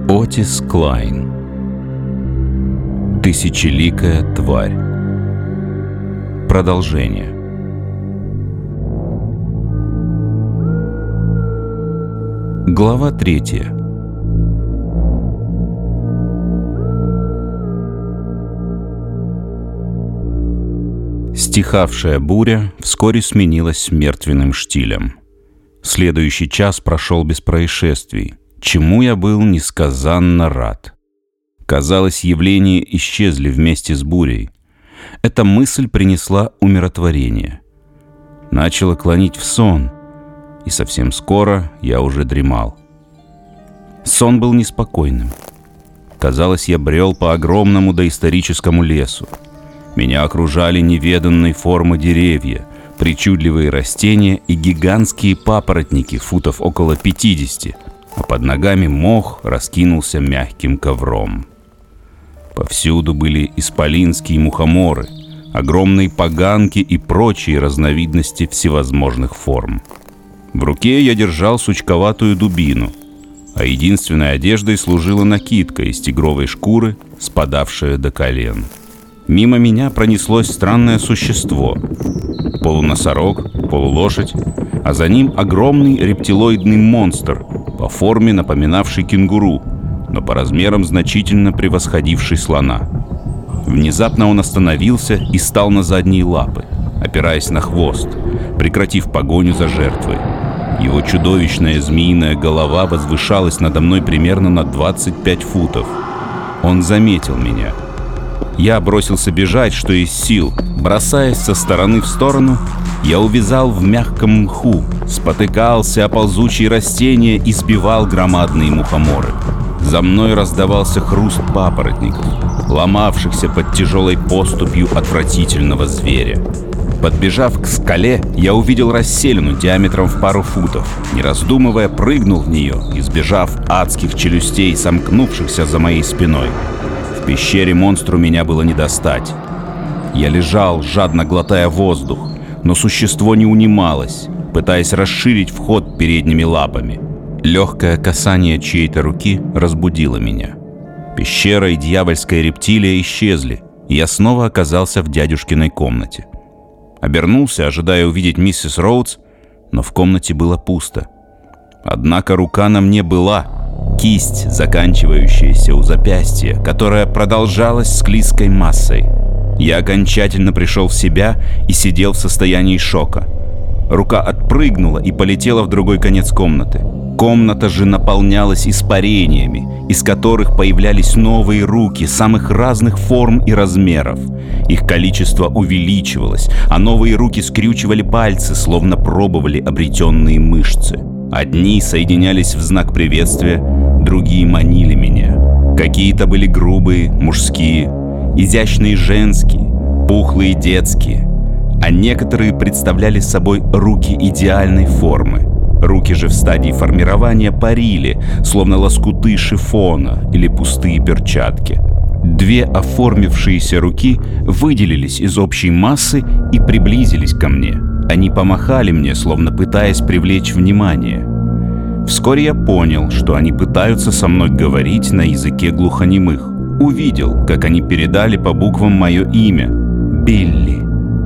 Отис Клайн. Тысячеликая тварь. Продолжение. Глава 3. Стихавшая буря вскоре сменилась мертвенным штилем. Следующий час прошел без происшествий, чему я был несказанно рад. Казалось, явления исчезли вместе с бурей. Эта мысль принесла умиротворение. Начало клонить в сон, и совсем скоро я уже дремал. Сон был неспокойным. Казалось, я брел по огромному доисторическому лесу. Меня окружали неведанной формы деревья, причудливые растения и гигантские папоротники футов около 50, а под ногами мох раскинулся мягким ковром. Повсюду были исполинские мухоморы, огромные поганки и прочие разновидности всевозможных форм. В руке я держал сучковатую дубину, а единственной одеждой служила накидка из тигровой шкуры, спадавшая до колен. Мимо меня пронеслось странное существо. Полуносорог, полулошадь, а за ним огромный рептилоидный монстр, по форме напоминавший кенгуру, но по размерам значительно превосходивший слона. Внезапно он остановился и стал на задние лапы, опираясь на хвост, прекратив погоню за жертвой. Его чудовищная змеиная голова возвышалась надо мной примерно на 25 футов. Он заметил меня. Я бросился бежать, что из сил. Бросаясь со стороны в сторону, я увязал в мягком мху, спотыкался о ползучие растения и сбивал громадные мухоморы. За мной раздавался хруст папоротников, ломавшихся под тяжелой поступью отвратительного зверя. Подбежав к скале, я увидел расселину диаметром в пару футов. Не раздумывая, прыгнул в нее, избежав адских челюстей, сомкнувшихся за моей спиной. В пещере монстру меня было не достать. Я лежал, жадно глотая воздух, но существо не унималось, пытаясь расширить вход передними лапами. Легкое касание чьей-то руки разбудило меня. Пещера и дьявольская рептилия исчезли, и я снова оказался в дядюшкиной комнате. Обернулся, ожидая увидеть миссис Роудс, но в комнате было пусто. Однако рука на мне была, кисть, заканчивающаяся у запястья, которая продолжалась склизкой массой. Я окончательно пришел в себя и сидел в состоянии шока. Рука отпрыгнула и полетела в другой конец комнаты. Комната же наполнялась испарениями, из которых появлялись новые руки самых разных форм и размеров. Их количество увеличивалось, а новые руки скрючивали пальцы, словно пробовали обретенные мышцы. Одни соединялись в знак приветствия, другие манили меня. Какие-то были грубые, мужские, изящные женские, пухлые детские, а некоторые представляли собой руки идеальной формы. Руки же в стадии формирования парили, словно лоскуты шифона или пустые перчатки. Две оформившиеся руки выделились из общей массы и приблизились ко мне. Они помахали мне, словно пытаясь привлечь внимание. Вскоре я понял, что они пытаются со мной говорить на языке глухонемых. Увидел, как они передали по буквам мое имя — Билли.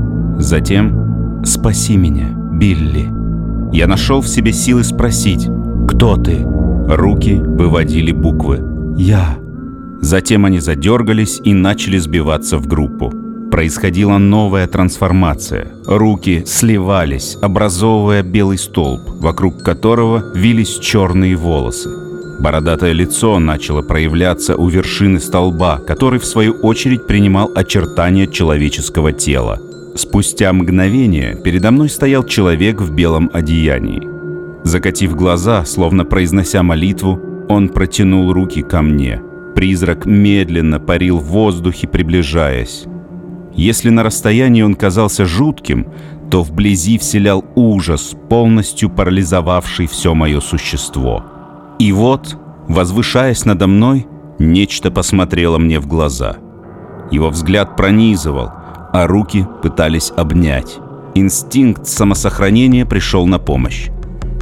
Затем «Спаси меня, Билли». Я нашел в себе силы спросить «Кто ты?». Руки выводили буквы «Я». Затем они задергались и начали сбиваться в группу. Происходила новая трансформация. Руки сливались, образовывая белый столб, вокруг которого вились черные волосы. Бородатое лицо начало проявляться у вершины столба, который в свою очередь принимал очертания человеческого тела. Спустя мгновение передо мной стоял человек в белом одеянии. Закатив глаза, словно произнося молитву, он протянул руки ко мне. Призрак медленно парил в воздухе, приближаясь. Если на расстоянии он казался жутким, то вблизи вселял ужас, полностью парализовавший все мое существо. И вот, возвышаясь надо мной, нечто посмотрело мне в глаза. Его взгляд пронизывал, а руки пытались обнять. Инстинкт самосохранения пришел на помощь.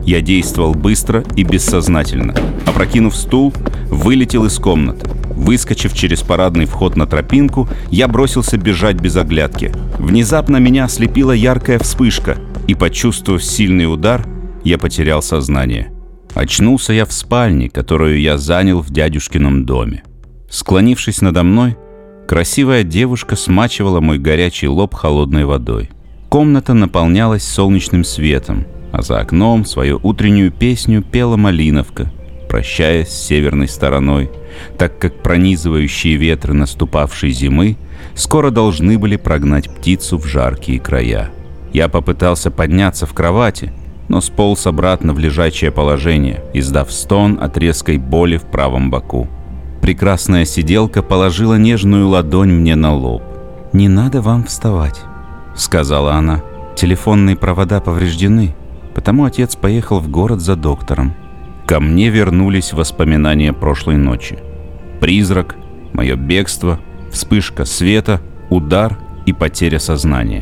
Я действовал быстро и бессознательно. Опрокинув стул, вылетел из комнаты. Выскочив через парадный вход на тропинку, я бросился бежать без оглядки. Внезапно меня ослепила яркая вспышка, и, почувствовав сильный удар, я потерял сознание. Очнулся я в спальне, которую я занял в дядюшкином доме. Склонившись надо мной, красивая девушка смачивала мой горячий лоб холодной водой. Комната наполнялась солнечным светом, а за окном свою утреннюю песню пела малиновка, прощаясь с северной стороной, так как пронизывающие ветры наступавшей зимы скоро должны были прогнать птицу в жаркие края. Я попытался подняться в кровати, но сполз обратно в лежачее положение, издав стон от резкой боли в правом боку. Прекрасная сиделка положила нежную ладонь мне на лоб. «Не надо вам вставать», — сказала она. «Телефонные провода повреждены, потому отец поехал в город за доктором». Ко мне вернулись воспоминания прошлой ночи. Призрак, мое бегство, вспышка света, удар и потеря сознания.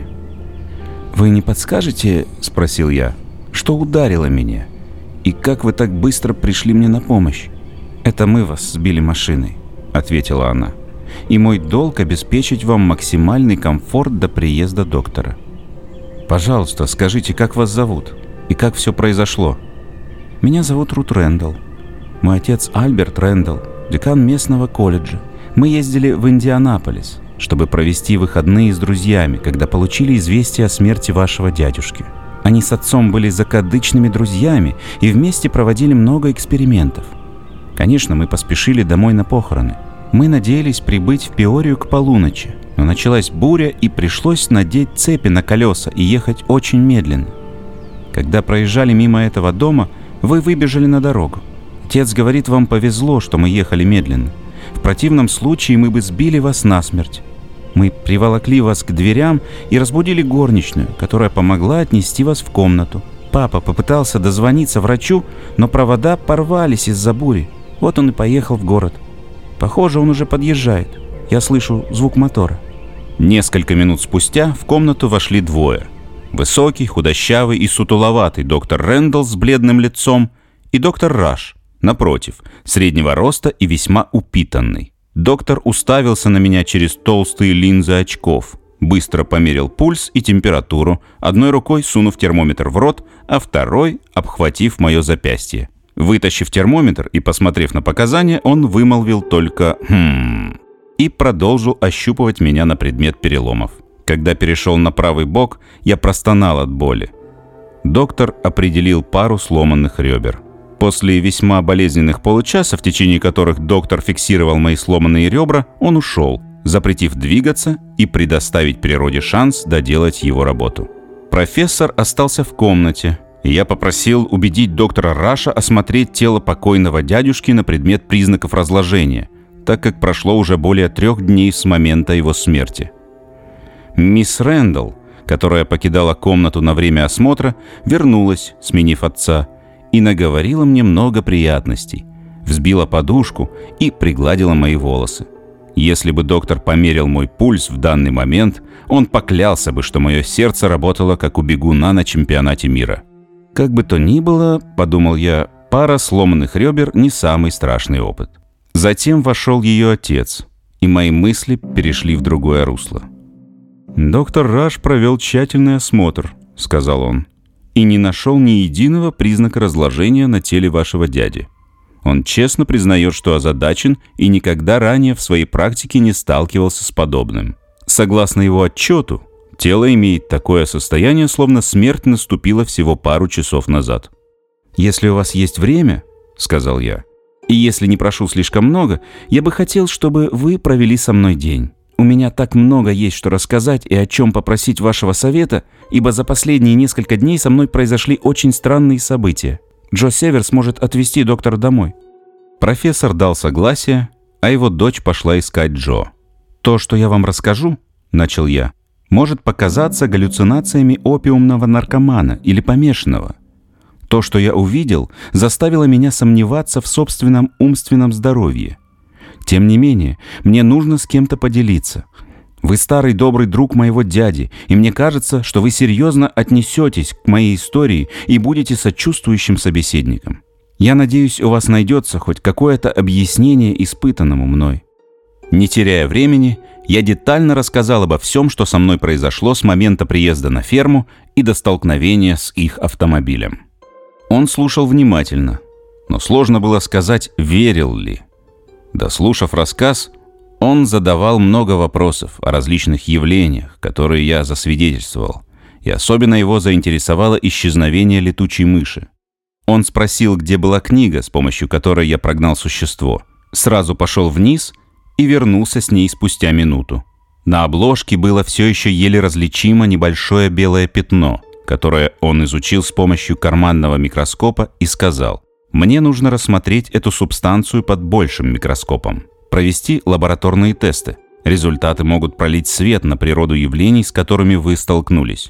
«Вы не подскажете, — спросил я, — что ударило меня? И как вы так быстро пришли мне на помощь?» «Это мы вас сбили машиной», — ответила она. «И мой долг — обеспечить вам максимальный комфорт до приезда доктора. Пожалуйста, скажите, как вас зовут и как все произошло?» «Меня зовут Рут Рэндалл. Мой отец Альберт Рэндалл, декан местного колледжа. Мы ездили в Индианаполис, чтобы провести выходные с друзьями, когда получили известие о смерти вашего дядюшки. Они с отцом были закадычными друзьями и вместе проводили много экспериментов. Конечно, мы поспешили домой на похороны. Мы надеялись прибыть в Пиорию к полуночи, но началась буря и пришлось надеть цепи на колеса и ехать очень медленно. Когда проезжали мимо этого дома, вы выбежали на дорогу. Отец говорит, вам повезло, что мы ехали медленно. В противном случае мы бы сбили вас насмерть. Мы приволокли вас к дверям и разбудили горничную, которая помогла отнести вас в комнату. Папа попытался дозвониться врачу, но провода порвались из-за бури. Вот он и поехал в город. Похоже, он уже подъезжает. Я слышу звук мотора». Несколько минут спустя в комнату вошли двое. Высокий, худощавый и сутуловатый доктор Рэндалл с бледным лицом и доктор Раш, напротив, среднего роста и весьма упитанный. Доктор уставился на меня через толстые линзы очков, быстро померил пульс и температуру, одной рукой сунув термометр в рот, а второй обхватив мое запястье. Вытащив термометр и посмотрев на показания, он вымолвил только «хм» и продолжил ощупывать меня на предмет переломов. Когда перешел на правый бок, я простонал от боли. Доктор определил пару сломанных ребер. После весьма болезненных получаса, в течение которых доктор фиксировал мои сломанные ребра, он ушел, запретив двигаться и предоставить природе шанс доделать его работу. Профессор остался в комнате, и я попросил убедить доктора Раша осмотреть тело покойного дядюшки на предмет признаков разложения, так как прошло уже более 3 дней с момента его смерти. Мисс Рэндалл, которая покидала комнату на время осмотра, вернулась, сменив отца, и наговорила мне много приятностей, взбила подушку и пригладила мои волосы. Если бы доктор померил мой пульс в данный момент, он поклялся бы, что мое сердце работало как у бегуна на чемпионате мира. Как бы то ни было, подумал я, пара сломанных ребер не самый страшный опыт. Затем вошел ее отец, и мои мысли перешли в другое русло. «Доктор Раш провел тщательный осмотр», — сказал он, «и не нашел ни единого признака разложения на теле вашего дяди. Он честно признает, что озадачен и никогда ранее в своей практике не сталкивался с подобным. Согласно его отчету, тело имеет такое состояние, словно смерть наступила всего пару часов назад. «Если у вас есть время, — сказал я, — и если не прошу слишком много, я бы хотел, чтобы вы провели со мной день. У меня так много есть что рассказать и о чем попросить вашего совета, ибо за последние несколько дней со мной произошли очень странные события. Джо Северс может отвезти доктора домой». Профессор дал согласие, а его дочь пошла искать Джо. «То, что я вам расскажу, — начал я, — может показаться галлюцинациями опиумного наркомана или помешанного. То, что я увидел, заставило меня сомневаться в собственном умственном здоровье. Тем не менее, мне нужно с кем-то поделиться. Вы старый добрый друг моего дяди, и мне кажется, что вы серьезно отнесетесь к моей истории и будете сочувствующим собеседником. Я надеюсь, у вас найдется хоть какое-то объяснение испытанному мной». Не теряя времени, я детально рассказал обо всем, что со мной произошло с момента приезда на ферму и до столкновения с их автомобилем. Он слушал внимательно, но сложно было сказать, верил ли. Дослушав рассказ, он задавал много вопросов о различных явлениях, которые я засвидетельствовал, и особенно его заинтересовало исчезновение летучей мыши. Он спросил, где была книга, с помощью которой я прогнал существо, сразу пошел вниз и вернулся с ней спустя минуту. На обложке было все еще еле различимо небольшое белое пятно, которое он изучил с помощью карманного микроскопа и сказал: «Мне нужно рассмотреть эту субстанцию под большим микроскопом, провести лабораторные тесты. Результаты могут пролить свет на природу явлений, с которыми вы столкнулись.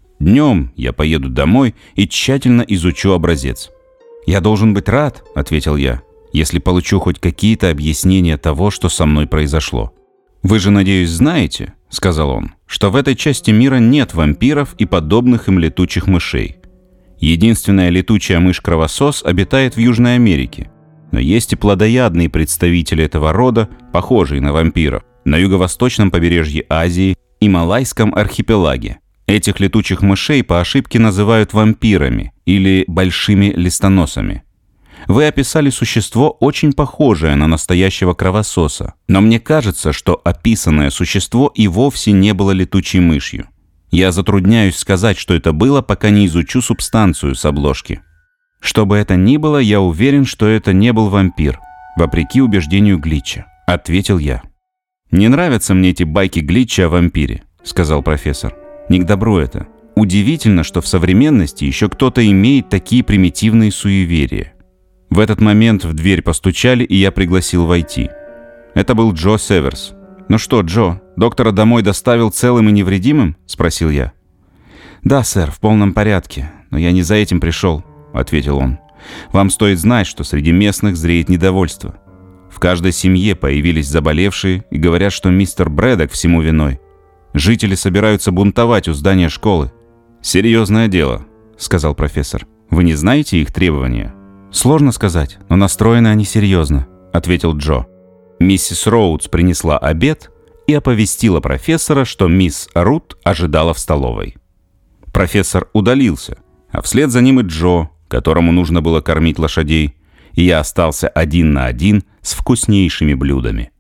Днем я поеду домой и тщательно изучу образец». «Я должен быть рад», — ответил я, «если получу хоть какие-то объяснения того, что со мной произошло». «Вы же, надеюсь, знаете, — сказал он, — что в этой части мира нет вампиров и подобных им летучих мышей. Единственная летучая мышь-кровосос обитает в Южной Америке. Но есть и плодоядные представители этого рода, похожие на вампиров, на юго-восточном побережье Азии и Малайском архипелаге. Этих летучих мышей по ошибке называют вампирами или большими листоносами. Вы описали существо, очень похожее на настоящего кровососа, но мне кажется, что описанное существо и вовсе не было летучей мышью. Я затрудняюсь сказать, что это было, пока не изучу субстанцию с обложки. Что бы это ни было, я уверен, что это не был вампир, вопреки убеждению Глитча», — ответил я. «Не нравятся мне эти байки Глитча о вампире», — сказал профессор. «Не к добру это. Удивительно, что в современности еще кто-то имеет такие примитивные суеверия». В этот момент в дверь постучали, и я пригласил войти. Это был Джо Северс. «Ну что, Джо, доктора домой доставил целым и невредимым?» — спросил я. «Да, сэр, в полном порядке, но я не за этим пришел», — ответил он. «Вам стоит знать, что среди местных зреет недовольство. В каждой семье появились заболевшие и говорят, что мистер Брэдок всему виной. Жители собираются бунтовать у здания школы». «Серьезное дело», — сказал профессор. «Вы не знаете их требования?» «Сложно сказать, но настроены они серьезно», — ответил Джо. Миссис Роудс принесла обед и оповестила профессора, что мисс Рут ожидала в столовой. Профессор удалился, а вслед за ним и Джо, которому нужно было кормить лошадей, и я остался один на один с вкуснейшими блюдами.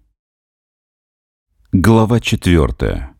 Глава 4.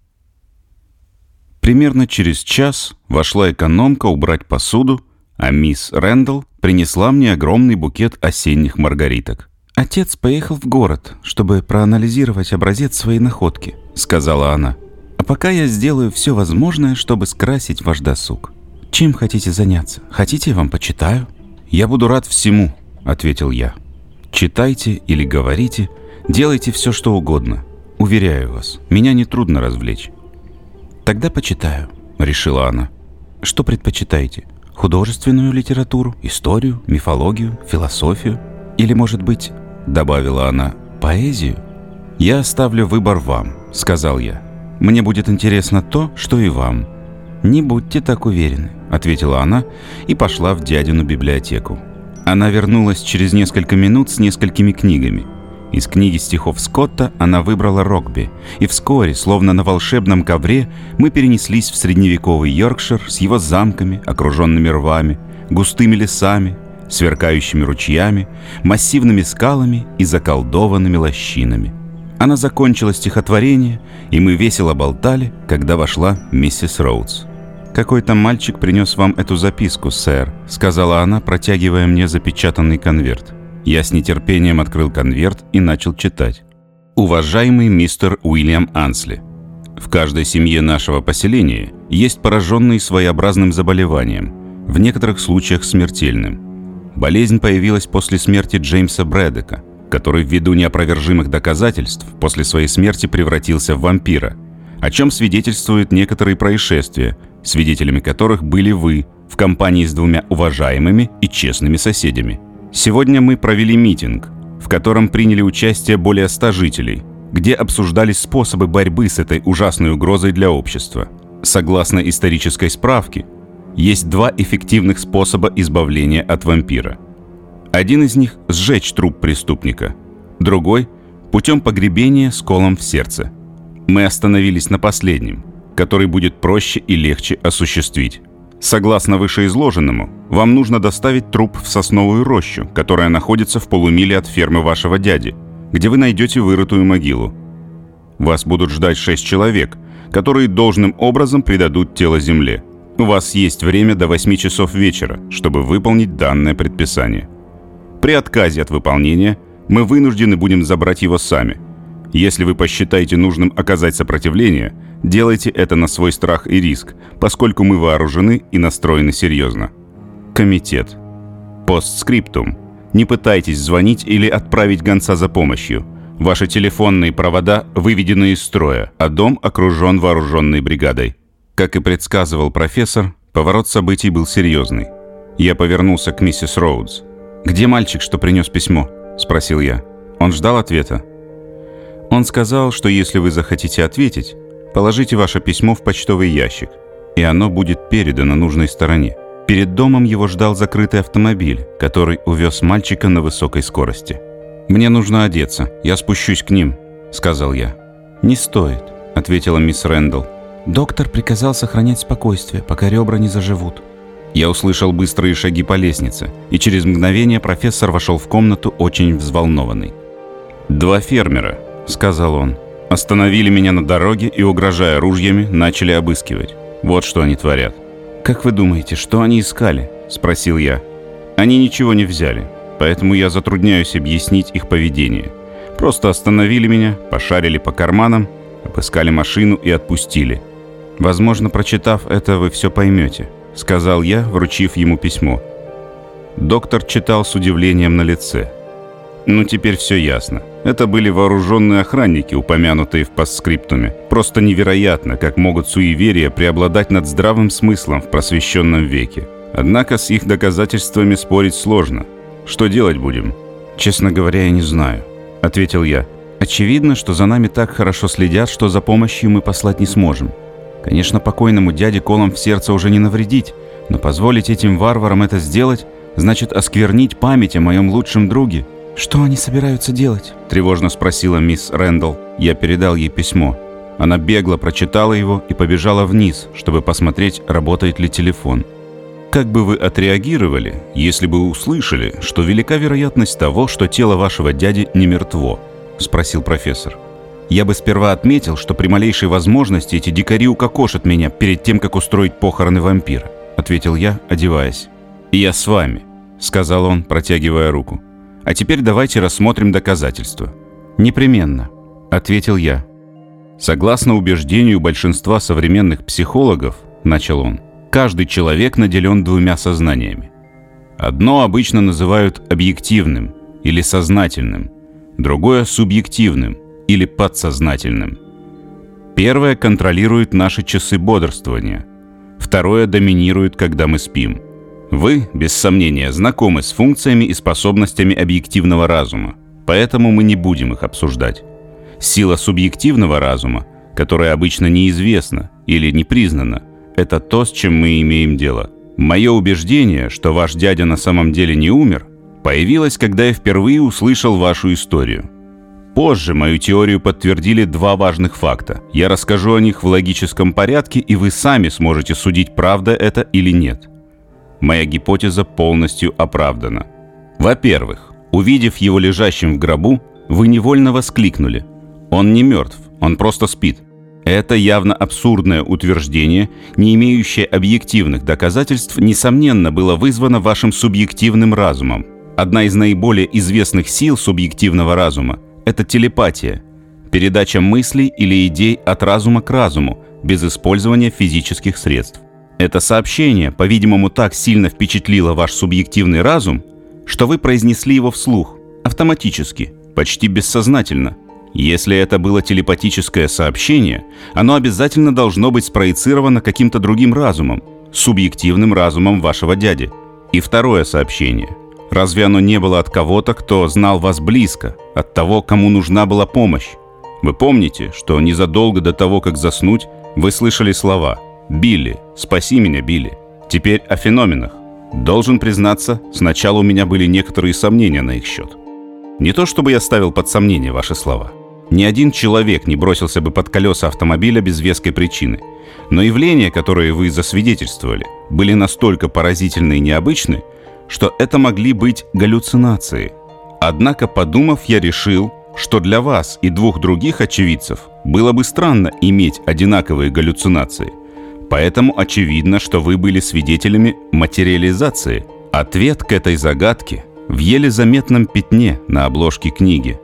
Примерно через час вошла экономка убрать посуду, а мисс Рэндалл принесла мне огромный букет осенних маргариток. «Отец поехал в город, чтобы проанализировать образец своей находки», — сказала она. «А пока я сделаю все возможное, чтобы скрасить ваш досуг. Чем хотите заняться? Хотите, я вам почитаю?» «Я буду рад всему», — ответил я. «Читайте или говорите, делайте все, что угодно. Уверяю вас, меня нетрудно развлечь». «Тогда почитаю», — решила она. «Что предпочитаете? Художественную литературу, историю, мифологию, философию? Или, может быть, — добавила она, — поэзию?» «Я оставлю выбор вам», — сказал я. «Мне будет интересно то, что и вам». «Не будьте так уверены», — ответила она и пошла в дядину библиотеку. Она вернулась через несколько минут с несколькими книгами. Из книги стихов Скотта она выбрала «Рокби», и вскоре, словно на волшебном ковре, мы перенеслись в средневековый Йоркшир с его замками, окруженными рвами, густыми лесами, сверкающими ручьями, массивными скалами и заколдованными лощинами. Она закончила стихотворение, и мы весело болтали, когда вошла миссис Роудс. «Какой-то мальчик принес вам эту записку, сэр», — сказала она, протягивая мне запечатанный конверт. Я с нетерпением открыл конверт и начал читать. «Уважаемый мистер Уильям Ансли, в каждой семье нашего поселения есть пораженные своеобразным заболеванием, в некоторых случаях смертельным. Болезнь появилась после смерти Джеймса Брэдока, который ввиду неопровержимых доказательств после своей смерти превратился в вампира, о чем свидетельствуют некоторые происшествия, свидетелями которых были вы, в компании с двумя уважаемыми и честными соседями. Сегодня мы провели митинг, в котором приняли участие более 100 жителей, где обсуждались способы борьбы с этой ужасной угрозой для общества. Согласно исторической справке, есть 2 эффективных способа избавления от вампира. Один из них – сжечь труп преступника, другой – путем погребения с колом в сердце. Мы остановились на последнем, который будет проще и легче осуществить. Согласно вышеизложенному, вам нужно доставить труп в сосновую рощу, которая находится в полумиле от фермы вашего дяди, где вы найдете вырытую могилу. Вас будут ждать 6 человек, которые должным образом предадут тело земле. У вас есть время до 8 часов вечера, чтобы выполнить данное предписание. При отказе от выполнения мы вынуждены будем забрать его сами. Если вы посчитаете нужным оказать сопротивление, делайте это на свой страх и риск, поскольку мы вооружены и настроены серьезно. Комитет. Постскриптум. Не пытайтесь звонить или отправить гонца за помощью. Ваши телефонные провода выведены из строя, а дом окружен вооруженной бригадой. Как и предсказывал профессор, поворот событий был серьезный. Я повернулся к миссис Роудс. «Где мальчик, что принес письмо?» – спросил я. Он ждал ответа. Он сказал, что если вы захотите ответить, положите ваше письмо в почтовый ящик, и оно будет передано нужной стороне. Перед домом его ждал закрытый автомобиль, который увез мальчика на высокой скорости. «Мне нужно одеться, я спущусь к ним», — сказал я. «Не стоит», — ответила мисс Рэндалл. «Доктор приказал сохранять спокойствие, пока ребра не заживут». Я услышал быстрые шаги по лестнице, и через мгновение профессор вошел в комнату очень взволнованный. «2 фермера», — сказал он, — «остановили меня на дороге и, угрожая ружьями, начали обыскивать. Вот что они творят». «Как вы думаете, что они искали?» — спросил я. «Они ничего не взяли, поэтому я затрудняюсь объяснить их поведение. Просто остановили меня, пошарили по карманам, обыскали машину и отпустили. Возможно, прочитав это, вы все поймете», — сказал я, вручив ему письмо. Доктор читал с удивлением на лице. «Ну, теперь все ясно. Это были вооруженные охранники, упомянутые в постскриптуме. Просто невероятно, как могут суеверия преобладать над здравым смыслом в просвещенном веке. Однако с их доказательствами спорить сложно. Что делать будем?» «Честно говоря, я не знаю», — ответил я. «Очевидно, что за нами так хорошо следят, что за помощью мы послать не сможем. Конечно, покойному дяде колом в сердце уже не навредить, но позволить этим варварам это сделать, значит осквернить память о моем лучшем друге». «Что они собираются делать?» – тревожно спросила мисс Рэндалл. Я передал ей письмо. Она бегло прочитала его и побежала вниз, чтобы посмотреть, работает ли телефон. «Как бы вы отреагировали, если бы услышали, что велика вероятность того, что тело вашего дяди не мертво?» – спросил профессор. «Я бы сперва отметил, что при малейшей возможности эти дикари укокошат меня перед тем, как устроить похороны вампира», – ответил я, одеваясь. «Я с вами», – сказал он, протягивая руку. «А теперь давайте рассмотрим доказательства». «Непременно», — ответил я. «Согласно убеждению большинства современных психологов, — начал он, — каждый человек наделен 2 сознаниями. Одно обычно называют объективным или сознательным, другое — субъективным или подсознательным. Первое контролирует наши часы бодрствования, второе доминирует, когда мы спим. Вы, без сомнения, знакомы с функциями и способностями объективного разума, поэтому мы не будем их обсуждать. Сила субъективного разума, которая обычно неизвестна или не признана, это то, с чем мы имеем дело. Мое убеждение, что ваш дядя на самом деле не умер, появилось, когда я впервые услышал вашу историю. Позже мою теорию подтвердили 2 важных факта. Я расскажу о них в логическом порядке, и вы сами сможете судить, правда это или нет. Моя гипотеза полностью оправдана. Во-первых, увидев его лежащим в гробу, вы невольно воскликнули: «Он не мертв, он просто спит». Это явно абсурдное утверждение, не имеющее объективных доказательств, несомненно, было вызвано вашим субъективным разумом. Одна из наиболее известных сил субъективного разума – это телепатия, передача мыслей или идей от разума к разуму, без использования физических средств. Это сообщение, по-видимому, так сильно впечатлило ваш субъективный разум, что вы произнесли его вслух, автоматически, почти бессознательно. Если это было телепатическое сообщение, оно обязательно должно быть спроецировано каким-то другим разумом, субъективным разумом вашего дяди. И второе сообщение. Разве оно не было от кого-то, кто знал вас близко, от того, кому нужна была помощь? Вы помните, что незадолго до того, как заснуть, вы слышали слова «Билли, спаси меня, Билли». Теперь о феноменах. Должен признаться, сначала у меня были некоторые сомнения на их счет. Не то чтобы я ставил под сомнение ваши слова. Ни один человек не бросился бы под колеса автомобиля без веской причины. Но явления, которые вы засвидетельствовали, были настолько поразительны и необычны, что это могли быть галлюцинации. Однако, подумав, я решил, что для вас и двух других очевидцев было бы странно иметь одинаковые галлюцинации. Поэтому очевидно, что вы были свидетелями материализации. Ответ к этой загадке в еле заметном пятне на обложке книги.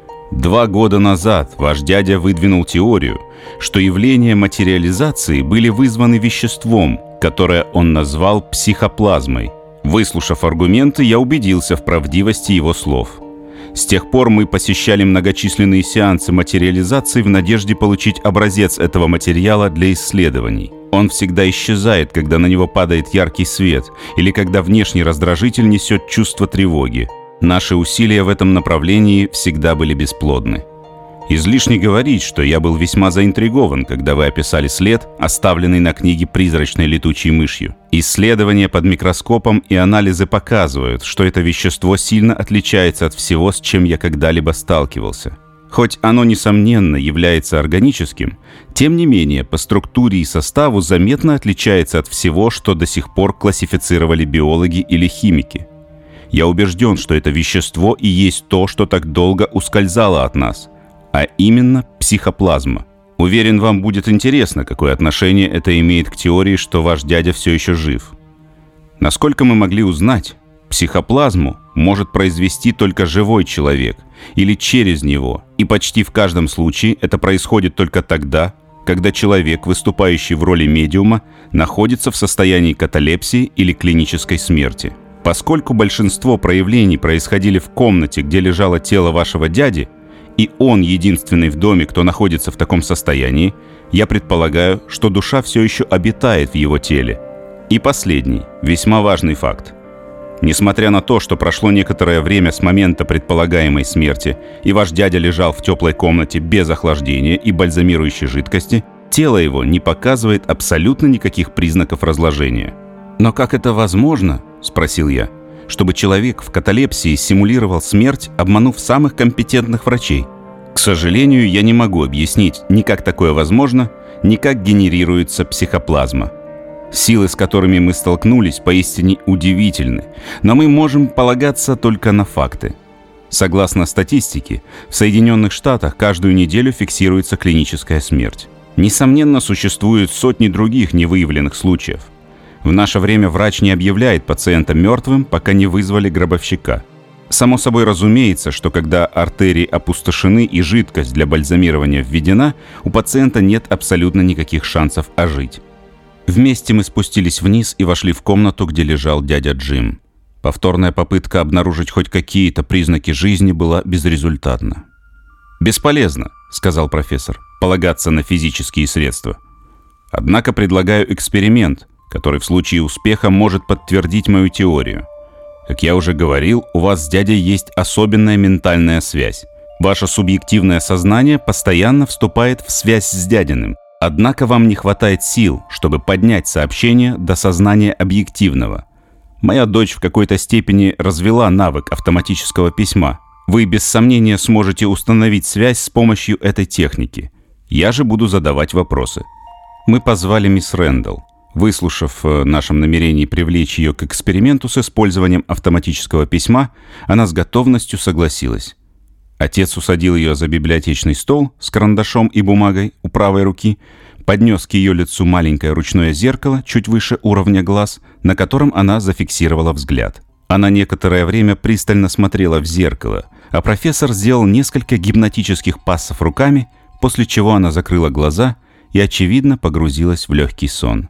2 года назад ваш дядя выдвинул теорию, что явления материализации были вызваны веществом, которое он назвал психоплазмой. Выслушав аргументы, я убедился в правдивости его слов. С тех пор мы посещали многочисленные сеансы материализации в надежде получить образец этого материала для исследований. Он всегда исчезает, когда на него падает яркий свет, или когда внешний раздражитель несет чувство тревоги. Наши усилия в этом направлении всегда были бесплодны. Излишне говорить, что я был весьма заинтригован, когда вы описали след, оставленный на книге призрачной летучей мышью. Исследования под микроскопом и анализы показывают, что это вещество сильно отличается от всего, с чем я когда-либо сталкивался. Хоть оно, несомненно, является органическим, тем не менее по структуре и составу заметно отличается от всего, что до сих пор классифицировали биологи или химики. Я убежден, что это вещество и есть то, что так долго ускользало от нас, а именно психоплазма. Уверен, вам будет интересно, какое отношение это имеет к теории, что ваш дядя все еще жив. Насколько мы могли узнать, психоплазму может произвести только живой человек или через него, и почти в каждом случае это происходит только тогда, когда человек, выступающий в роли медиума, находится в состоянии каталепсии или клинической смерти. Поскольку большинство проявлений происходили в комнате, где лежало тело вашего дяди, и он единственный в доме, кто находится в таком состоянии, я предполагаю, что душа все еще обитает в его теле. И последний, весьма важный факт. Несмотря на то, что прошло некоторое время с момента предполагаемой смерти, и ваш дядя лежал в теплой комнате без охлаждения и бальзамирующей жидкости, тело его не показывает абсолютно никаких признаков разложения. «Но как это возможно?» – спросил я. «Чтобы человек в каталепсии симулировал смерть, обманув самых компетентных врачей? К сожалению, я не могу объяснить ни как такое возможно, ни как генерируется психоплазма. Силы, с которыми мы столкнулись, поистине удивительны, но мы можем полагаться только на факты. Согласно статистике, в Соединенных Штатах каждую неделю фиксируется клиническая смерть. Несомненно, существуют сотни других невыявленных случаев. В наше время врач не объявляет пациента мертвым, пока не вызвали гробовщика. Само собой разумеется, что когда артерии опустошены и жидкость для бальзамирования введена, у пациента нет абсолютно никаких шансов ожить. Вместе мы спустились вниз и вошли в комнату, где лежал дядя Джим. Повторная попытка обнаружить хоть какие-то признаки жизни была безрезультатна. «Бесполезно», — сказал профессор, — «полагаться на физические средства. Однако предлагаю эксперимент, который в случае успеха может подтвердить мою теорию. Как я уже говорил, у вас с дядей есть особенная ментальная связь. Ваше субъективное сознание постоянно вступает в связь с дядиным. Однако вам не хватает сил, чтобы поднять сообщение до сознания объективного. Моя дочь в какой-то степени развела навык автоматического письма. Вы без сомнения сможете установить связь с помощью этой техники. Я же буду задавать вопросы». Мы позвали мисс Рэндалл. Выслушав нашем намерении привлечь ее к эксперименту с использованием автоматического письма, она с готовностью согласилась. Отец усадил ее за библиотечный стол с карандашом и бумагой у правой руки, поднес к ее лицу маленькое ручное зеркало чуть выше уровня глаз, на котором она зафиксировала взгляд. Она некоторое время пристально смотрела в зеркало, а профессор сделал несколько гипнотических пассов руками, после чего она закрыла глаза и, очевидно, погрузилась в легкий сон.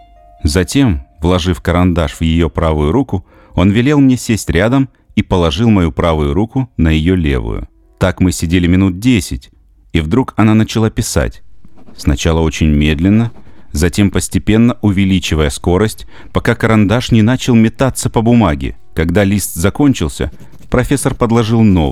Затем, вложив карандаш в ее правую руку, он велел мне сесть рядом и положил мою правую руку на ее левую. Так мы сидели минут 10, и вдруг она начала писать. Сначала очень медленно, затем постепенно увеличивая скорость, пока карандаш не начал метаться по бумаге. Когда лист закончился, профессор подложил новый, и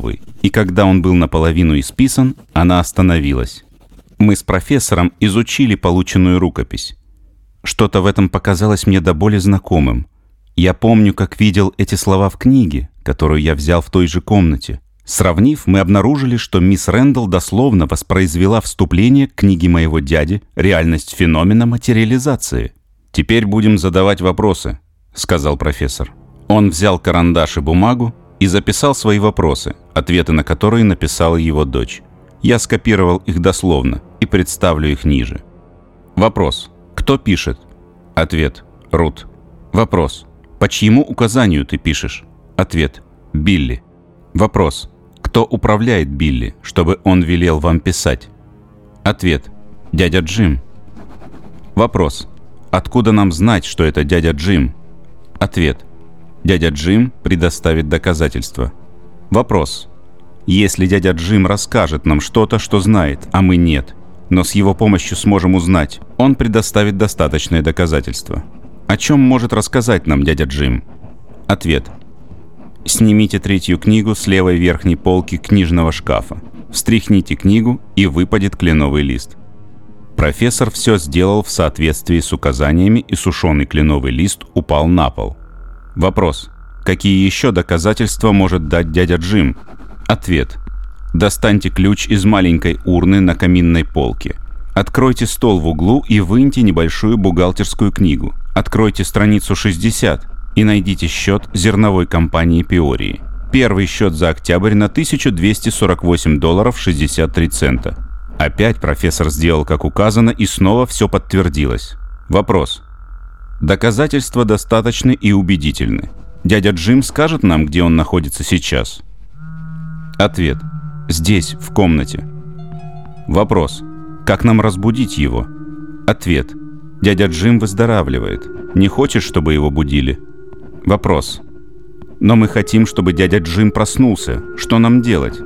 и когда он был наполовину исписан, она остановилась. Мы с профессором изучили полученную рукопись. Что-то в этом показалось мне до боли знакомым. Я помню, как видел эти слова в книге, которую я взял в той же комнате. Сравнив, мы обнаружили, что мисс Рэндалл дословно воспроизвела вступление к книге моего дяди «Реальность феномена материализации». «Теперь будем задавать вопросы», — сказал профессор. Он взял карандаш и бумагу и записал свои вопросы, ответы на которые написала его дочь. Я скопировал их дословно и представлю их ниже. Вопрос. Кто пишет? Ответ. Рут. Вопрос. По чьему указанию ты пишешь? Ответ. Билли. Вопрос. Кто управляет Билли, чтобы он велел вам писать? Ответ. Дядя Джим. Вопрос. Откуда нам знать, что это дядя Джим? Ответ. Дядя Джим предоставит доказательства. Вопрос. Если дядя Джим расскажет нам что-то, что знает, а мы нет, но с его помощью сможем узнать, он предоставит достаточные доказательства. О чем может рассказать нам дядя Джим? Ответ. Снимите 3-ю книгу с левой верхней полки книжного шкафа. Встряхните книгу, и выпадет кленовый лист. Профессор все сделал в соответствии с указаниями, и сушеный кленовый лист упал на пол. Вопрос. Какие еще доказательства может дать дядя Джим? Ответ. Достаньте ключ из маленькой урны на каминной полке. Откройте стол в углу и выньте небольшую бухгалтерскую книгу. Откройте страницу 60 и найдите счет зерновой компании Пиории. Первый счет за октябрь на $1248.63. Опять профессор сделал, как указано, и снова все подтвердилось. Вопрос. Доказательства достаточны и убедительны. Дядя Джим скажет нам, где он находится сейчас? Ответ. Здесь, в комнате. Вопрос. Как нам разбудить его? Ответ. Дядя Джим выздоравливает. Не хочешь, чтобы его будили? Вопрос. Но мы хотим, чтобы дядя Джим проснулся. Что нам делать?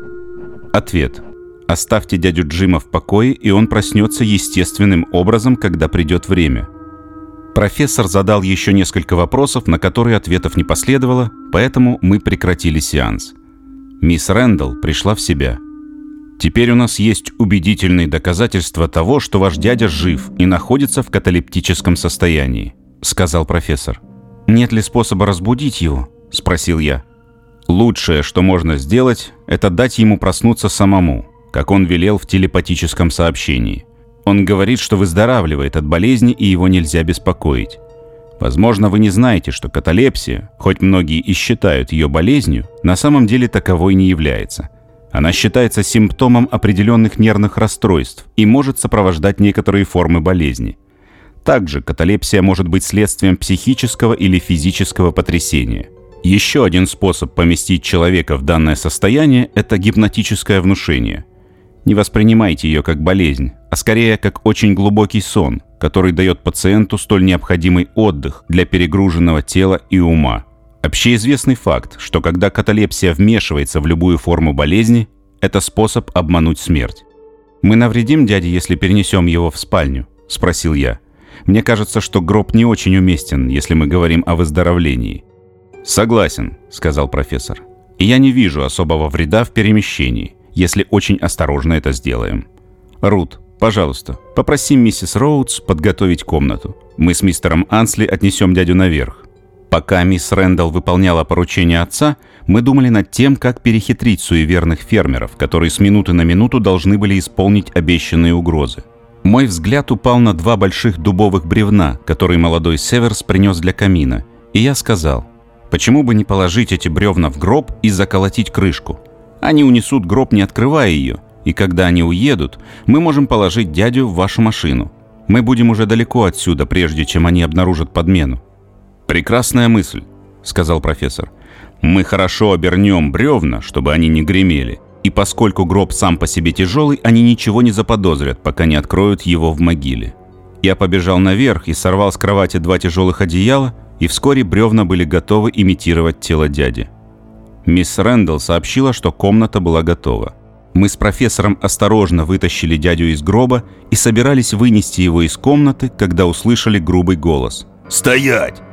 Ответ. Оставьте дядю Джима в покое, и он проснется естественным образом, когда придет время. Профессор задал еще несколько вопросов, на которые ответов не последовало, поэтому мы прекратили сеанс. Мисс Рэндалл пришла в себя. «Теперь у нас есть убедительные доказательства того, что ваш дядя жив и находится в каталептическом состоянии», — сказал профессор. «Нет ли способа разбудить его?» — спросил я. «Лучшее, что можно сделать, это дать ему проснуться самому, как он велел в телепатическом сообщении. Он говорит, что выздоравливает от болезни и его нельзя беспокоить. Возможно, вы не знаете, что каталепсия, хоть многие и считают ее болезнью, на самом деле таковой не является. Она считается симптомом определенных нервных расстройств и может сопровождать некоторые формы болезни. Также каталепсия может быть следствием психического или физического потрясения. Еще один способ поместить человека в данное состояние – это гипнотическое внушение. Не воспринимайте ее как болезнь, а скорее как очень глубокий сон, который дает пациенту столь необходимый отдых для перегруженного тела и ума. Общеизвестный факт, что когда каталепсия вмешивается в любую форму болезни, это способ обмануть смерть. «Мы навредим дяде, если перенесем его в спальню?» – спросил я. «Мне кажется, что гроб не очень уместен, если мы говорим о выздоровлении». «Согласен», – сказал профессор. «И я не вижу особого вреда в перемещении, если очень осторожно это сделаем. Рут, пожалуйста, попроси миссис Роудс подготовить комнату. Мы с мистером Ансли отнесем дядю наверх». Пока мисс Рэндалл выполняла поручение отца, мы думали над тем, как перехитрить суеверных фермеров, которые с минуты на минуту должны были исполнить обещанные угрозы. Мой взгляд упал на 2 больших дубовых бревна, которые молодой Северс принес для камина, и я сказал: «Почему бы не положить эти бревна в гроб и заколотить крышку? Они унесут гроб, не открывая ее, и когда они уедут, мы можем положить дядю в вашу машину. Мы будем уже далеко отсюда, прежде чем они обнаружат подмену». «Прекрасная мысль», — сказал профессор. «Мы хорошо обернем бревна, чтобы они не гремели, и поскольку гроб сам по себе тяжелый, они ничего не заподозрят, пока не откроют его в могиле». Я побежал наверх и сорвал с кровати 2 тяжелых одеяла, и вскоре бревна были готовы имитировать тело дяди. Мисс Рэндалл сообщила, что комната была готова. Мы с профессором осторожно вытащили дядю из гроба и собирались вынести его из комнаты, когда услышали грубый голос. «Стоять!»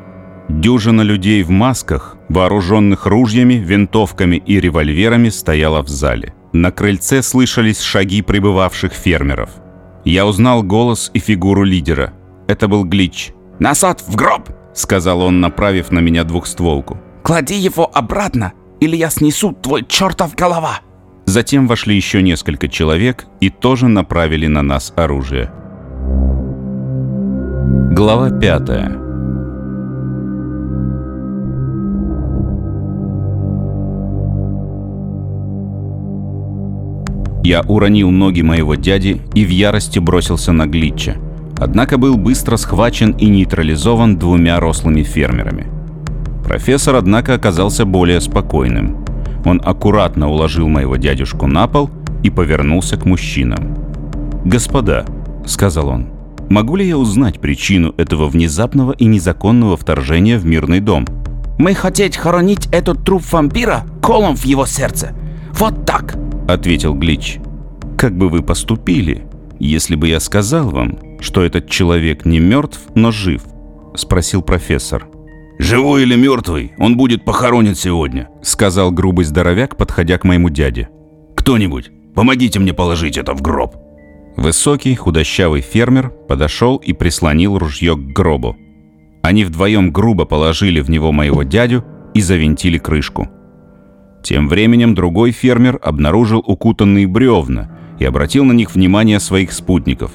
Дюжина людей в масках, вооруженных ружьями, винтовками и револьверами, стояла в зале. На крыльце слышались шаги прибывавших фермеров. Я узнал голос и фигуру лидера. Это был Глич. «Назад в гроб!» — сказал он, направив на меня двухстволку. «Клади его обратно, или я снесу твой чертов голова!» Затем вошли еще несколько человек и тоже направили на нас оружие. Глава 5. Я уронил ноги моего дяди и в ярости бросился на Глича. Однако был быстро схвачен и нейтрализован двумя рослыми фермерами. Профессор, однако, оказался более спокойным. Он аккуратно уложил моего дядюшку на пол и повернулся к мужчинам. «Господа», — сказал он, — «могу ли я узнать причину этого внезапного и незаконного вторжения в мирный дом?» «Мы хотеть хоронить этот труп вампира колом в его сердце. Вот так!» — ответил Глич. «Как бы вы поступили, если бы я сказал вам, что этот человек не мертв, но жив?» — спросил профессор. «Живой или мертвый, он будет похоронен сегодня», — сказал грубый здоровяк, подходя к моему дяде. «Кто-нибудь, помогите мне положить это в гроб». Высокий, худощавый фермер подошел и прислонил ружье к гробу. Они вдвоем грубо положили в него моего дядю и завинтили крышку. Тем временем другой фермер обнаружил укутанные бревна и обратил на них внимание своих спутников.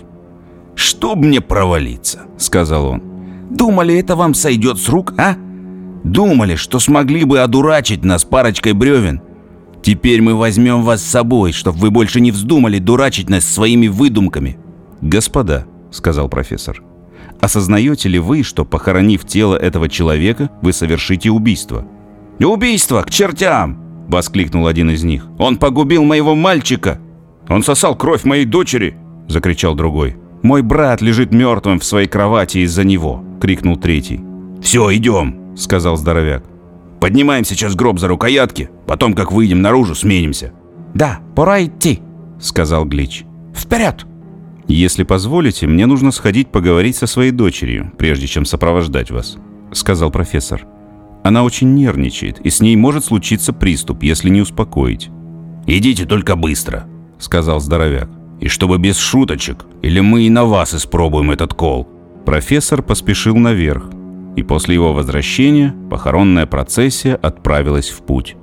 «Чтоб мне провалиться», — сказал он. «Думали, это вам сойдет с рук, а? Думали, что смогли бы одурачить нас парочкой бревен? Теперь мы возьмем вас с собой, чтоб вы больше не вздумали дурачить нас своими выдумками». «Господа», — сказал профессор, — «осознаете ли вы, что, похоронив тело этого человека, вы совершите убийство?» «Убийство к чертям!» — воскликнул один из них. «Он погубил моего мальчика!» «Он сосал кровь моей дочери!» — закричал другой. «Мой брат лежит мертвым в своей кровати из-за него!» — крикнул третий. «Все, идем!» — сказал здоровяк. «Поднимаем сейчас гроб за рукоятки, потом, как выйдем наружу, сменимся». «Да, пора идти!» — сказал Глич. «Вперед!» «Если позволите, мне нужно сходить поговорить со своей дочерью, прежде чем сопровождать вас», — сказал профессор. «Она очень нервничает, и с ней может случиться приступ, если не успокоить». «Идите только быстро», — сказал здоровяк. «И чтобы без шуточек, или мы и на вас испробуем этот кол». Профессор поспешил наверх, и после его возвращения похоронная процессия отправилась в путь.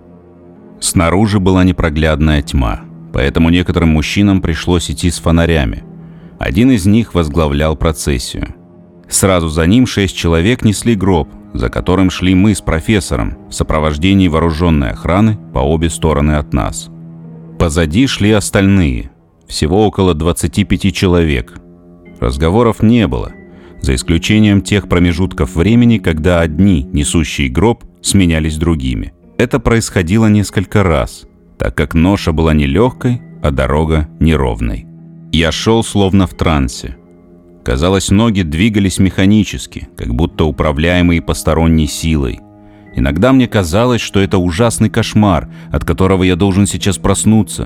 Снаружи была непроглядная тьма, поэтому некоторым мужчинам пришлось идти с фонарями. Один из них возглавлял процессию. Сразу за ним 6 человек несли гроб, за которым шли мы с профессором в сопровождении вооруженной охраны по обе стороны от нас. Позади шли остальные, всего около 25 человек. Разговоров не было, за исключением тех промежутков времени, когда одни, несущие гроб, сменялись другими. Это происходило несколько раз, так как ноша была нелегкой, а дорога неровной. Я шел словно в трансе. Казалось, ноги двигались механически, как будто управляемые посторонней силой. Иногда мне казалось, что это ужасный кошмар, от которого я должен сейчас проснуться.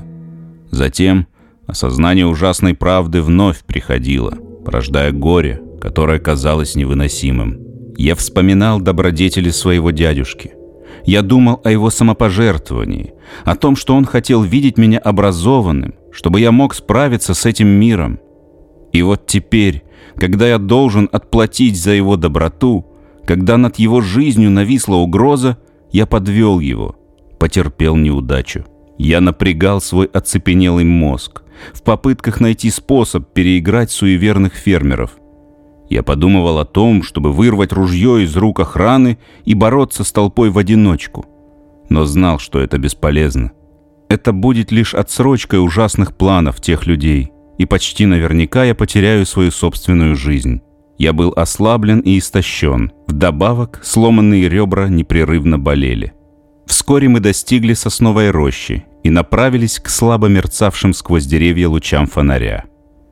Затем осознание ужасной правды вновь приходило, порождая горе, которое казалось невыносимым. Я вспоминал добродетели своего дядюшки. Я думал о его самопожертвовании, о том, что он хотел видеть меня образованным, чтобы я мог справиться с этим миром. И вот теперь, когда я должен отплатить за его доброту, когда над его жизнью нависла угроза, я подвел его, потерпел неудачу. Я напрягал свой оцепенелый мозг в попытках найти способ переиграть суеверных фермеров. Я подумывал о том, чтобы вырвать ружье из рук охраны и бороться с толпой в одиночку. Но знал, что это бесполезно. Это будет лишь отсрочкой ужасных планов тех людей, и почти наверняка я потеряю свою собственную жизнь. Я был ослаблен и истощен. Вдобавок, сломанные ребра непрерывно болели. Вскоре мы достигли сосновой рощи и направились к слабо мерцавшим сквозь деревья лучам фонаря.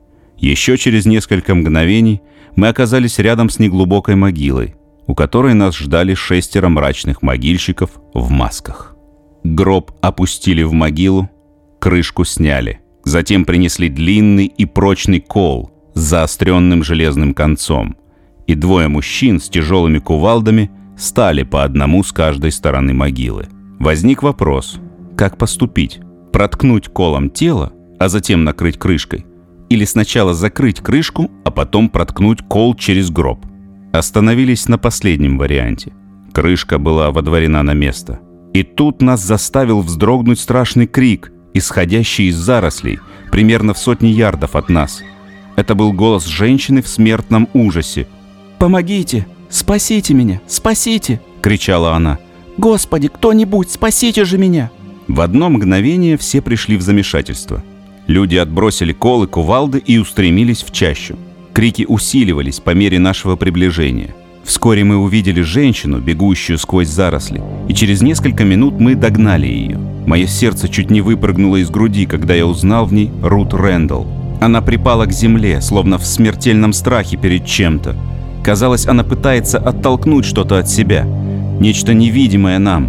Еще через несколько мгновений мы оказались рядом с неглубокой могилой, у которой нас ждали 6 мрачных могильщиков в масках. Гроб опустили в могилу, крышку сняли. Затем принесли длинный и прочный кол с заостренным железным концом, и 2 мужчин с тяжелыми кувалдами стали по одному с каждой стороны могилы. Возник вопрос, как поступить? Проткнуть колом тело, а затем накрыть крышкой? Или сначала закрыть крышку, а потом проткнуть кол через гроб? Остановились на последнем варианте. Крышка была водворена на место. И тут нас заставил вздрогнуть страшный крик, исходящий из зарослей, примерно в 100 ярдов от нас. Это был голос женщины в смертном ужасе. «Помогите! Спасите меня! Спасите!» — кричала она. «Господи, кто-нибудь, спасите же меня!» В одно мгновение все пришли в замешательство. Люди отбросили колы, кувалды и устремились в чащу. Крики усиливались по мере нашего приближения. Вскоре мы увидели женщину, бегущую сквозь заросли, и через несколько минут мы догнали ее. Мое сердце чуть не выпрыгнуло из груди, когда я узнал в ней Рут Рэндалл. Она припала к земле, словно в смертельном страхе перед чем-то. Казалось, она пытается оттолкнуть что-то от себя, нечто невидимое нам.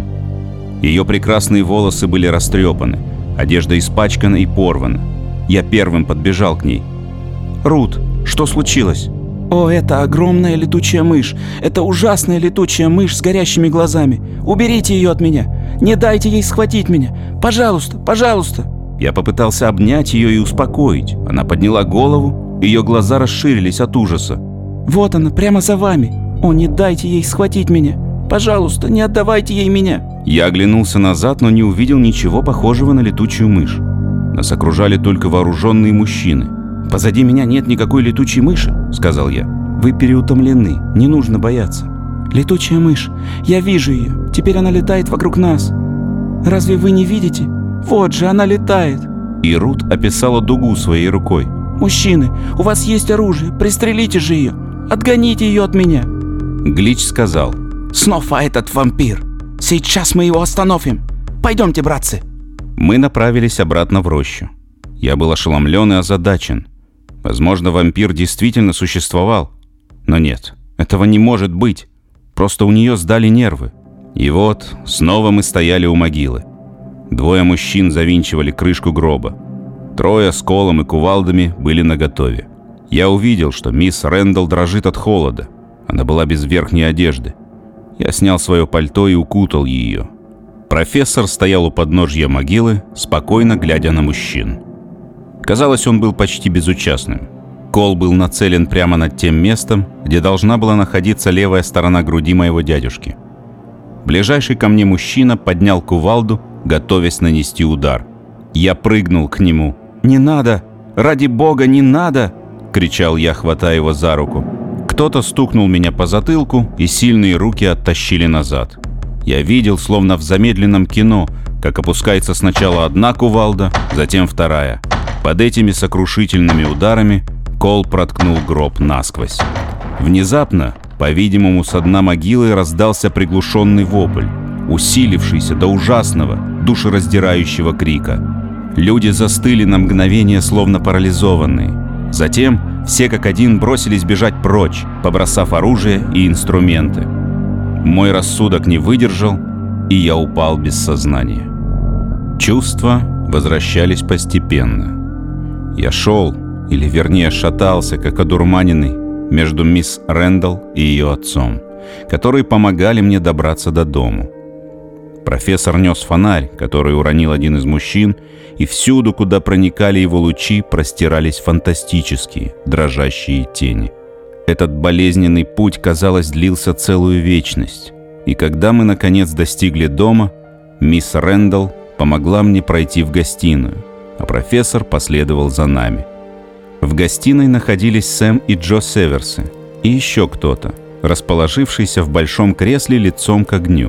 Ее прекрасные волосы были растрепаны, одежда испачкана и порвана. Я первым подбежал к ней. «Рут, что случилось?» «О, это огромная летучая мышь! Это ужасная летучая мышь с горящими глазами! Уберите ее от меня! Не дайте ей схватить меня! Пожалуйста, пожалуйста!» Я попытался обнять ее и успокоить. Она подняла голову, ее глаза расширились от ужаса. «Вот она, прямо за вами! О, не дайте ей схватить меня! Пожалуйста, не отдавайте ей меня!» Я оглянулся назад, но не увидел ничего похожего на летучую мышь. Нас окружали только вооруженные мужчины. «Позади меня нет никакой летучей мыши», — сказал я. «Вы переутомлены, не нужно бояться. Летучая мышь, я вижу ее, теперь она летает вокруг нас. Разве вы не видите? Вот же, она летает!» И Рут описала дугу своей рукой. «Мужчины, у вас есть оружие, пристрелите же ее! Отгоните ее от меня!» Глич сказал: «Снова этот вампир! Сейчас мы его остановим! Пойдемте, братцы!» Мы направились обратно в рощу. Я был ошеломлен и озадачен. Возможно, вампир действительно существовал. Но нет, этого не может быть. Просто у нее сдали нервы. И вот, снова мы стояли у могилы. 2 мужчин завинчивали крышку гроба. 3 с колом и кувалдами были наготове. Я увидел, что мисс Рэндалл дрожит от холода. Она была без верхней одежды. Я снял свое пальто и укутал ее. Профессор стоял у подножья могилы, спокойно глядя на мужчин. Казалось, он был почти безучастным. Кол был нацелен прямо над тем местом, где должна была находиться левая сторона груди моего дядюшки. Ближайший ко мне мужчина поднял кувалду, готовясь нанести удар. Я прыгнул к нему. «Не надо! Ради бога, не надо!» — кричал я, хватая его за руку. Кто-то стукнул меня по затылку, и сильные руки оттащили назад. Я видел, словно в замедленном кино, как опускается сначала одна кувалда, затем вторая. Под этими сокрушительными ударами кол проткнул гроб насквозь. Внезапно, по-видимому, со дна могилы раздался приглушенный вопль, усилившийся до ужасного, душераздирающего крика. Люди застыли на мгновение, словно парализованные. Затем все как один бросились бежать прочь, побросав оружие и инструменты. Мой рассудок не выдержал, и я упал без сознания. Чувства возвращались постепенно. Я шел, или вернее шатался, как одурманенный, между мисс Рэндалл и ее отцом, которые помогали мне добраться до дому. Профессор нес фонарь, который уронил один из мужчин, и всюду, куда проникали его лучи, простирались фантастические, дрожащие тени. Этот болезненный путь, казалось, длился целую вечность. И когда мы, наконец, достигли дома, мисс Рэндалл помогла мне пройти в гостиную, а профессор последовал за нами. В гостиной находились Сэм и Джо Северсы, и еще кто-то, расположившийся в большом кресле лицом к огню.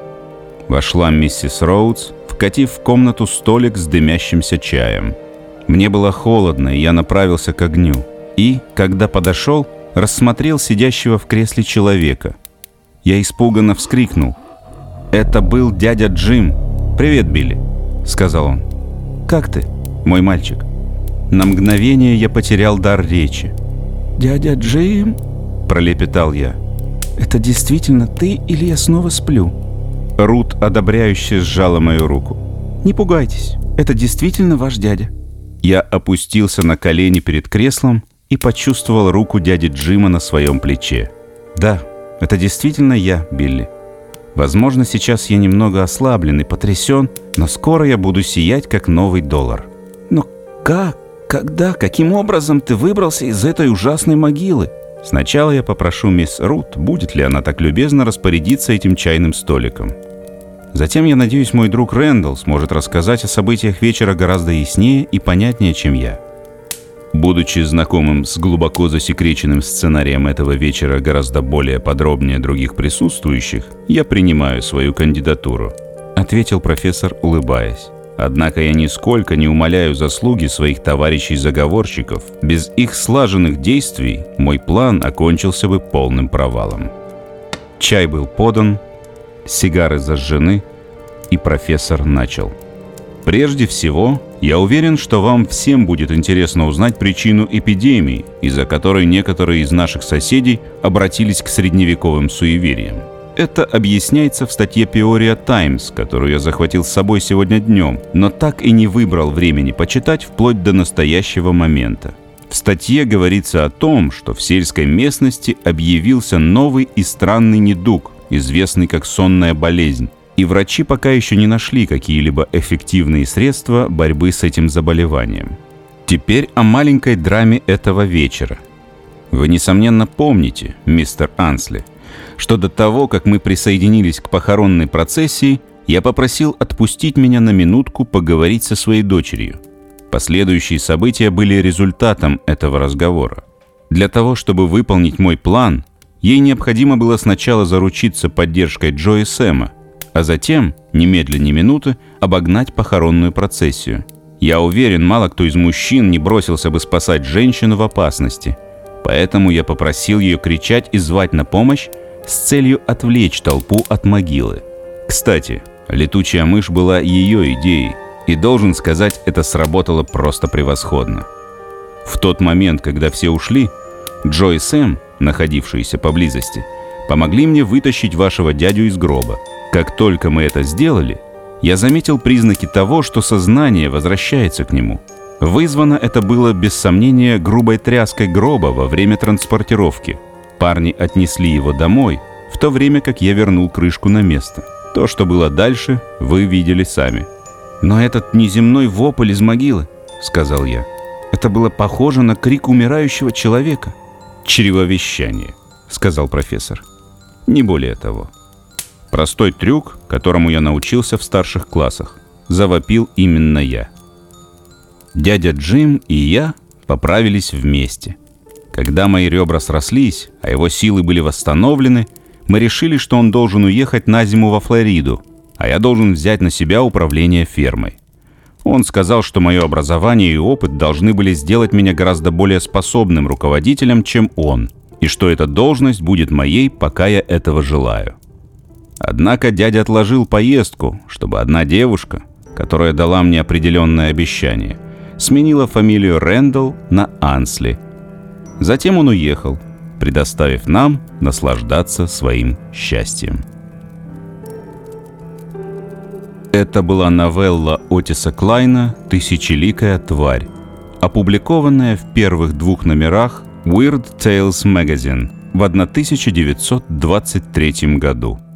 Вошла миссис Роудс, вкатив в комнату столик с дымящимся чаем. Мне было холодно, и я направился к огню. И, когда подошел, рассмотрел сидящего в кресле человека. Я испуганно вскрикнул. Это был дядя Джим. «Привет, Билли», — сказал он. «Как ты, мой мальчик?» На мгновение я потерял дар речи. «Дядя Джим?» — пролепетал я. «Это действительно ты или я снова сплю?» Рут одобряюще сжала мою руку. «Не пугайтесь, это действительно ваш дядя». Я опустился на колени перед креслом и почувствовал руку дяди Джима на своем плече. Да, Это действительно я, Билли. Возможно, сейчас я немного ослаблен и потрясен, но скоро я буду сиять, как новый доллар. Но как? Когда? Каким образом ты выбрался из этой ужасной могилы? Сначала я попрошу мисс Рут, будет ли она так любезна распорядиться этим чайным столиком. Затем, я надеюсь, мой друг Рэндалл сможет рассказать о событиях вечера гораздо яснее и понятнее, чем я. Будучи знакомым с глубоко засекреченным сценарием этого вечера гораздо более подробнее других присутствующих, я принимаю свою кандидатуру, ответил профессор, улыбаясь. Однако я нисколько не умаляю заслуги своих товарищей-заговорщиков. Без их слаженных действий мой план окончился бы полным провалом. Чай был подан, сигары зажжены, и профессор начал. Прежде всего, я уверен, что вам всем будет интересно узнать причину эпидемии, из-за которой некоторые из наших соседей обратились к средневековым суевериям. Это объясняется в статье Peoria Times, которую я захватил с собой сегодня днем, но так и не выбрал времени почитать вплоть до настоящего момента. В статье говорится о том, что в сельской местности объявился новый и странный недуг, известный как сонная болезнь, и врачи пока еще не нашли какие-либо эффективные средства борьбы с этим заболеванием. Теперь о маленькой драме этого вечера. Вы, несомненно, помните, мистер Ансли, что до того, как мы присоединились к похоронной процессии, я попросил отпустить меня на минутку поговорить со своей дочерью. Последующие события были результатом этого разговора. Для того, чтобы выполнить мой план, ей необходимо было сначала заручиться поддержкой Джо и Сэма, а затем, немедля ни минуты, обогнать похоронную процессию. Я уверен, мало кто из мужчин не бросился бы спасать женщину в опасности. Поэтому я попросил ее кричать и звать на помощь с целью отвлечь толпу от могилы. Кстати, летучая мышь была ее идеей, и, должен сказать, это сработало просто превосходно. В тот момент, когда все ушли, Джо и Сэм, находившиеся поблизости, помогли мне вытащить вашего дядю из гроба. Как только мы это сделали, я заметил признаки того, что сознание возвращается к нему. Вызвано это было, без сомнения, грубой тряской гроба во время транспортировки. Парни отнесли его домой, в то время как я вернул крышку на место. То, что было дальше, вы видели сами. «Но этот неземной вопль из могилы», — сказал я, — «это было похоже на крик умирающего человека». «Чревовещание», — сказал профессор. «Не более того. Простой трюк, которому я научился в старших классах. Завопил именно я. Дядя Джим и я поправились вместе. Когда мои ребра срослись, а его силы были восстановлены, мы решили, что он должен уехать на зиму во Флориду, а я должен взять на себя управление фермой. Он сказал, что мое образование и опыт должны были сделать меня гораздо более способным руководителем, чем он, и что эта должность будет моей, пока я этого желаю. Однако дядя отложил поездку, чтобы одна девушка, которая дала мне определенное обещание, сменила фамилию Рэндалл на Ансли. Затем он уехал, предоставив нам наслаждаться своим счастьем. Это была новелла Отиса Клайна «Тысячеликая тварь», опубликованная в первых 2 номерах Weird Tales Magazine в 1923 году.